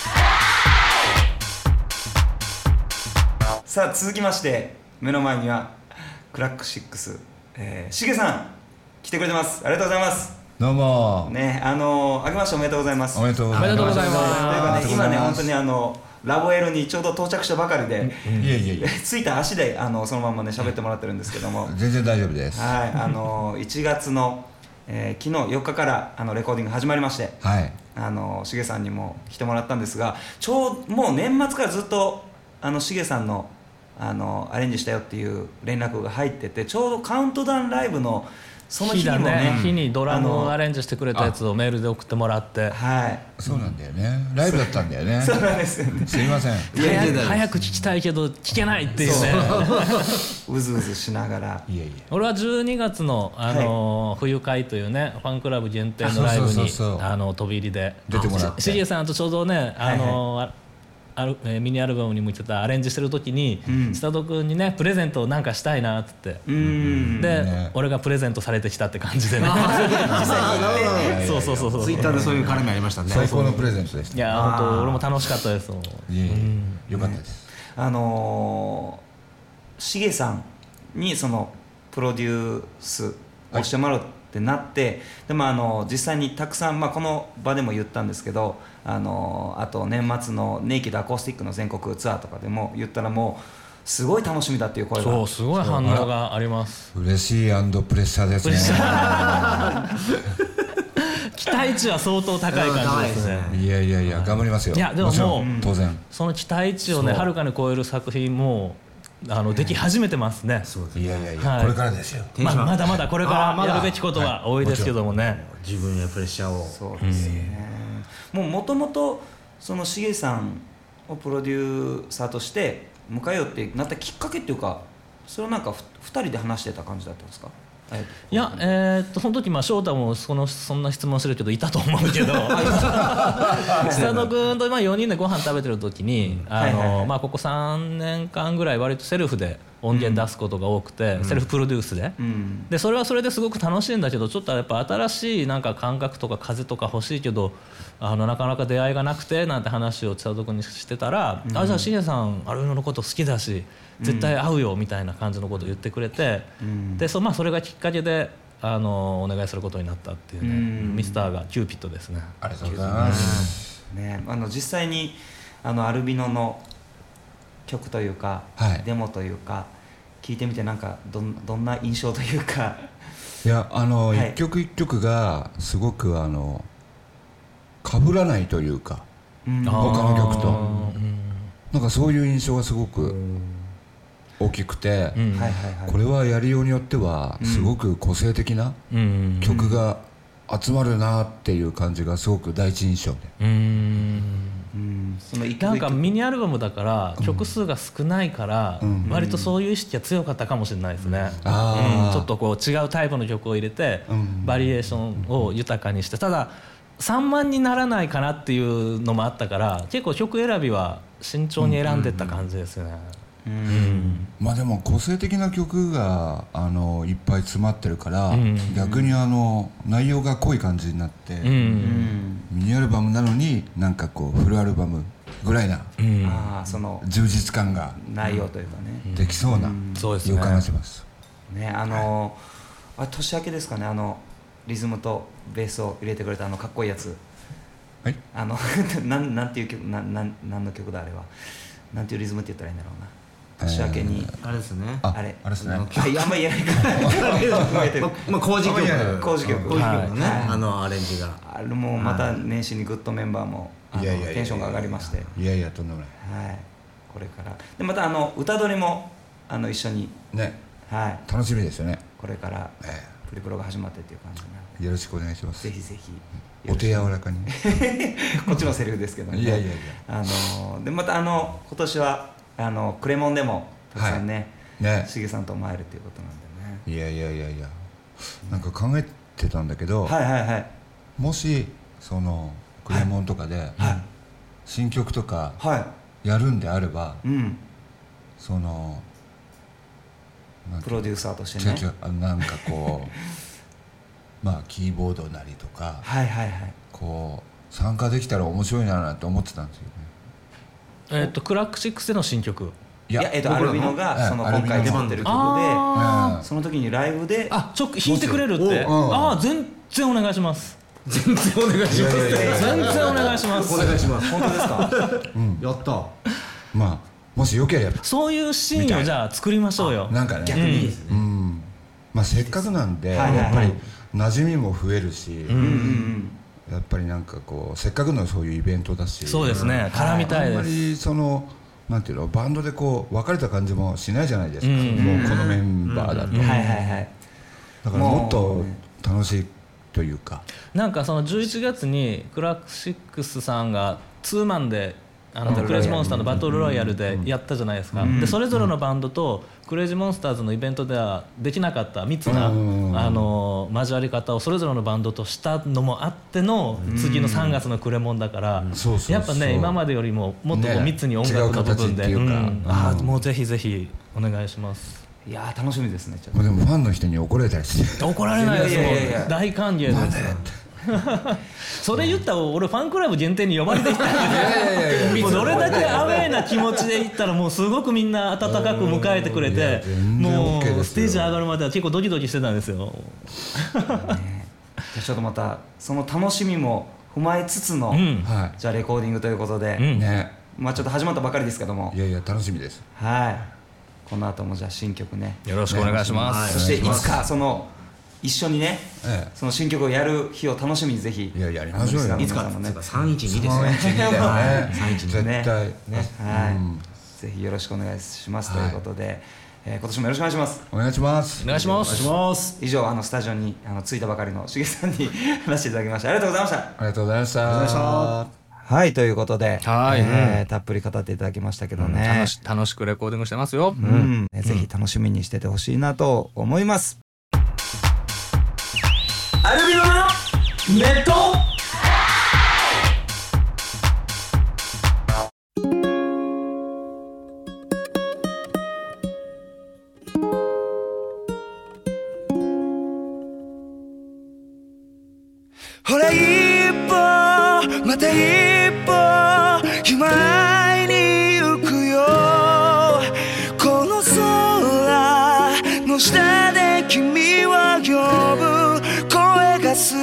さあ続きまして目の前にはクラックシックス、えー、しげさん来てくれてます。ありがとうございます。 どうもね、あのー、明けましておめでとうございます。 おめでとうございます。 おめでとうございます。 というかね、今ね本当にあのラボエルにちょうど到着したばかりで、うん、 いやいやいやついた足であのそのままね喋ってもらってるんですけども全然大丈夫です。 はい、あのー、いちがつのえー、昨日よっかからあのレコーディング始まりまして、 はい、 あのしげさんにも来てもらったんですが、ちょうもう年末からずっとあのしげさんのあのアレンジしたよっていう連絡が入ってて、ちょうどカウントダウンライブのその日にもね、 日にドラムをアレンジしてくれたやつをメールで送ってもらって、 はい、 そうなんだよね、ライブだったんだよね。 そうなんですよね。 すいません。 早く早く聞きたいけど聞けないっていうね。 うずうずしながら。 いやいや。 俺はじゅうにがつのあの、はい、冬会というねファンクラブ限定のライブにあの飛び入りで出てもらって、 しげさんとちょうどねあの。はいはい、あるえー、ミニアルバムに向けたアレンジしてる時に千里君にねプレゼントをなんかしたいなっつって、うんで、ね、俺がプレゼントされてきたって感じでね。そうそうそうそう。 ツイッターでそういう絡みありましたね。 最高のプレゼントでした。 いや本当俺も楽しかったです。 いえいえ、よかったです。 あのー、しげさんにそのプロデュースをしてもらうってなって、はい、でもあの実際にたくさん、まあ、この場でも言ったんですけど、あのあと年末のネイキッドアコースティックの全国ツアーとかでも言ったらもうすごい楽しみだっていう声が、 そうすごい反応があります。 嬉しい&プレッシャーですね。 期待値は相当高い感じですね。 いやいやいや頑張りますよ。 いやでももう当然その期待値をねはるかに超える作品もあのでき始めてますね。 いやいやいや、これからですよ。 まあまだまだこれからやるべきことは多いですけどもね。 自分へプレッシャーを。 そうですね。もうもともとそのしげさんをプロデューサーとして迎えようってなったきっかけっていうか、それをなんかふたりで話してた感じだったんですか？ いや、えー、っとその時まあ翔太もそのそんな質問するけどいたと思うけど久野君とまあよにんでご飯食べてる時にここさんねんかんぐらい割とセルフで音源出すことが多くて、うん、セルフプロデュースで、うん、でそれはそれですごく楽しいんだけど、ちょっとやっぱ新しいなんか感覚とか風とか欲しいけどあのなかなか出会いがなくてなんて話を千里君にしてたら、うん、あじゃあしげさんアルノのこと好きだし絶対合うよみたいな感じのことを言ってくれて、うん、で そ,、まあ、それがきっかけであのお願いすることになったっていうね、うん、ミスターがキューピッドですね。 ありがとうございます、 うんね、あの実際にあのアルビノの曲というか、はい、デモというか聞いてみてなんか ど, どんな印象というか。 いやあの、はい、一曲一曲がすごくあの被らないというか、うん、他の曲と、うん、なんかそういう印象がすごく大きくて、うん、これはやりようによってはすごく個性的な曲が集まるなっていう感じがすごく第一印象で、うんうん、そのなんかミニアルバムだから曲数が少ないから割とそういう意識が強かったかもしれないですね、うんうん、ちょっとこう違うタイプの曲を入れてバリエーションを豊かにして、たださんまんにならないかなっていうのもあったから結構曲選びは慎重に選んでった感じですよね。うんうん、 まあでも個性的な曲があのいっぱい詰まってるから、うん、逆にあの内容が濃い感じになって、うん、ミニアルバムなのになんかこうフルアルバムぐらいな、うん、あその充実感が内容というかねできそうな予感がします。 ね、あのー、あ年明けですかね、あのリズムとベースを入れてくれたあのかっこいいやつ、はい、あのなんなんていう曲ななんなんの曲だあれは、なんていうリズムって言ったらいいんだろうな。年明けに、 えー、あれですね。 あれあれですね。あんま言えないかまあ工事曲、 工事曲、 工事曲のね、あのアレンジが。 あれもまた年始にグッドメンバーもテンションが上がりまして。 いやいやとんでもない。 はい。これからでまたあの歌取りもあの一緒にね。 はい。 楽しみですよね。 これからプリプロが始まってっていう感じなので。 よろしくお願いします。 ぜひぜひ。 お手柔らかに。 こっちのセリフですけどね。 いやいやいや。 あのでまたあの今年はあのクレモンでもたくさんね、ね、しげさんと会えるということなんでね。いやいやいやいや、なんか考えてたんだけど、 はいはいはい、 もしそのクレモンとかで、はいはい、新曲とかやるんであれば、はいうん、そのプロデューサーとしてね、 なんかこうまあキーボードなりとか、 はいはいはい、 こう参加できたら面白いななんて思ってたんですよね。 えー、とクラックシックスでの新曲、 いや、えー、とアルビノがその今回出番出る曲で、その時にライブであちょ弾いてくれるって、ああ全然お願いします、 全然お願いします、 全然お願いします、 お願いします、 本当ですか、 うん、やった。 まあもしよければそういうシーンをじゃあ作りましょうよ。 なんかね、 逆にいいですね、 うん、まあせっかくなんでやっぱり馴染みも増えるし、うんうん、やっぱりなんかこうせっかくのそういうイベントだし、 そうですね、絡みたいです。 あんまりそのなんていうのバンドでこう別れた感じもしないじゃないですか、うんうん、もうこのメンバーだと、うんうん、はいはいはい、だからもっと楽しいというか、 なんかそのじゅういちがつにクラシックスさんがツーマンであのクレイジーモンスターのバトルロイヤルでやったじゃないですか、うん、でそれぞれのバンドとクレイジーモンスターズのイベントではできなかった密な、うん、あの交わり方をそれぞれのバンドとしたのもあっての次のさんがつのクレモンだから、うん、やっぱね今までよりももっとこう密に音楽の部分で、ね、うん、あもうぜひぜひお願いします。 いや楽しみですね。ちょっとでもファンの人に怒られたりして怒られないですよ、大歓迎です。それ言ったら俺ファンクラブ限定に呼ばれてきたんで、もうどれだけアウェーな気持ちで行ったらもうすごくみんな温かく迎えてくれて、もうステージ上がるまでは結構ドキドキしてたんですよ、 ね、ちょっとまたその楽しみも踏まえつつの、うん、じゃあレコーディングということで、うんね、まあちょっと始まったばかりですけども、 いやいや楽しみです。 はい、この後もじゃあ新曲ねよろしくお願いします、 ね、そしていつかその一緒にね、ええ、その新曲をやる日を楽しみにぜひ、 いややりましょうよ。 いつかね、さんいちにですね。 さんいちにだよね。さんいちに絶対ね、 はい、うん、ぜひよろしくお願いします、はい、ということで、えー、今年もよろしくお願いします。 お願いします。 お願いします。お願いします。 以上あのスタジオにあの着いたばかりのしげさんに話していただきました。ありがとうございました。ありがとうございました。 ありがとうございました。はいということで、はい、えー、たっぷり語っていただきましたけどね、 うん、楽し楽しくレコーディングしてますよ、 うんうん、ぜひ楽しみにしててほしいなと思います。アルビノのネットほら一歩また一歩前に行くよ、この空の下で君を呼ぶ声がする。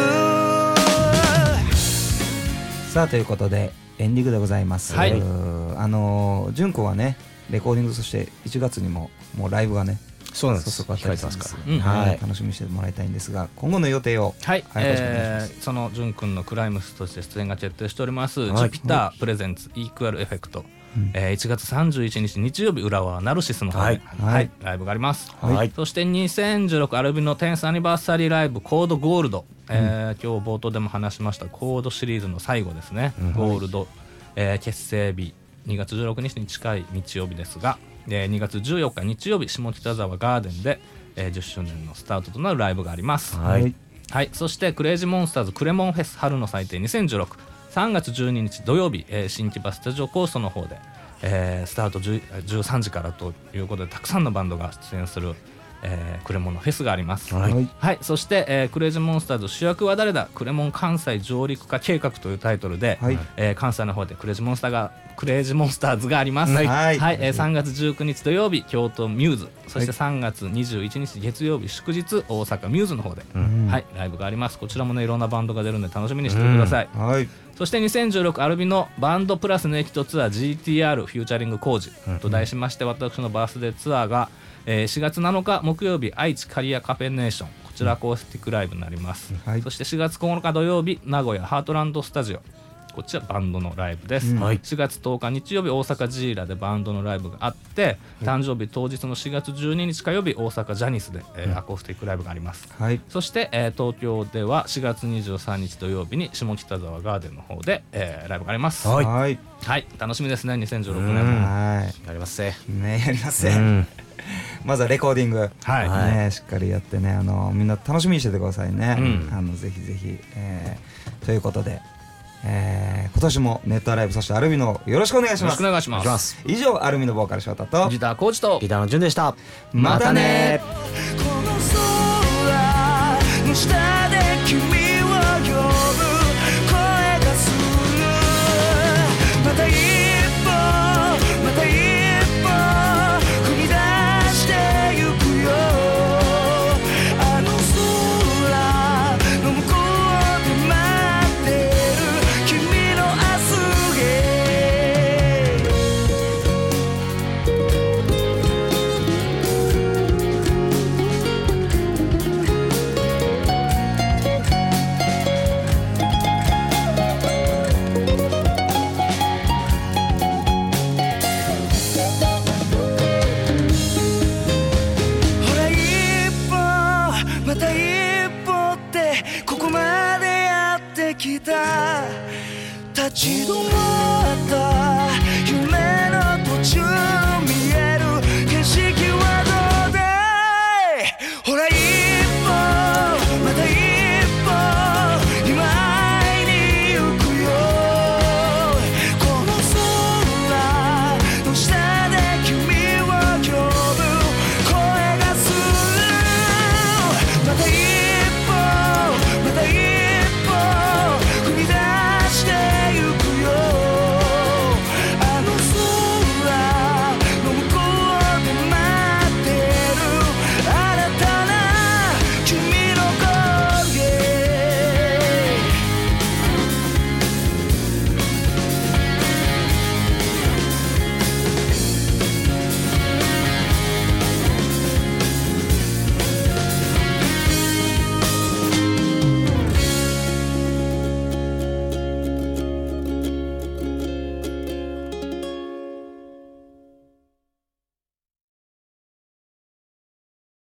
さあということでエンディングでございます、はい、あの純子はねレコーディング、そしていちがつにももうライブがねそうなんです、 控えてますから、うん、はい、楽しみにしてもらいたいんですが、今後の予定を、 はい、はい、えー、その純くんのクライムスとして出演が決定しております、はい、ジュピタープレゼンツイークアルエフェクト、うん、えー、いちがつさんじゅういちにち日曜日浦和ナルシスの方で、はいはい、ライブがあります、はい、そしてにせんじゅうろくアルビノテンスアニバーサリーライブコードゴールド、うん、えー、今日冒頭でも話しましたコードシリーズの最後ですね、うん、ゴールド、えー、結成日にがつじゅうろくにちに近い日曜日ですが、えー、にがつじゅうよっか日曜日下北沢ガーデンで、えー、じゅっしゅうねんのスタートとなるライブがあります、はいはい、そしてクレイジーモンスターズクレモンフェス春の祭典にせんじゅうろく さんがつじゅうににち土曜日、えー、新木場スタジオコーストの方で、えー、スタートじゅうさんじからということでたくさんのバンドが出演する、えー、クレモンのフェスがあります、はい、はい、そして、えー、クレイジーモンスターズ主役は誰だクレモン関西上陸化計画というタイトルで、はい、えー、関西の方でクレイジーモンスターがクレイジーモンスターズがあります、はいはい、はい、えー、さんがつじゅうくにち土曜日京都ミューズ、そしてさんがつにじゅういちにち月曜日祝日大阪ミューズの方で、うん、はい、ライブがあります。こちらもねいろんなバンドが出るんで楽しみにしてください、うん、はい、そしてにせんじゅうろくアルビノバンドプラスネイキッドツアー ジーティーアール フューチャリング工事と題しまして、私のバースデーツアーが、えー、しがつなのか木曜日愛知カリアカフェネーション、こちらアコースティックライブになります、はい、そしてしがつここのか土曜日名古屋ハートランドスタジオ、こちらバンドのライブです、うん、しがつとおか日曜日大阪ジーラでバンドのライブがあって、うん、誕生日当日のしがつじゅうににち火曜日大阪ジャニスで、えーうん、アコースティックライブがあります、はい、そして、えー、東京ではしがつにじゅうさんにち土曜日に下北沢ガーデンの方で、えー、ライブがあります、はい、はい、楽しみですねにせんじゅうろくねんも、うん、はい、 やりますねやりますね、うん、まずはレコーディング、はいね、しっかりやってね、あのみんな楽しみにしててくださいね、うん、あのぜひぜひ、えー、ということで、えー、今年もネットアライブそしてアルミのよろしくお願いします。 よろしくお願いします。 以上アルミのボーカル翔太とギターコーチとギターの順でした。 またね。 この空の下で君を呼ぶ声がする。また一歩また一歩踏み出してゆくよ。あの空の向こうで待ってる君の明日へ。 また一歩ってここまでやってきた立ち止まった夢の途中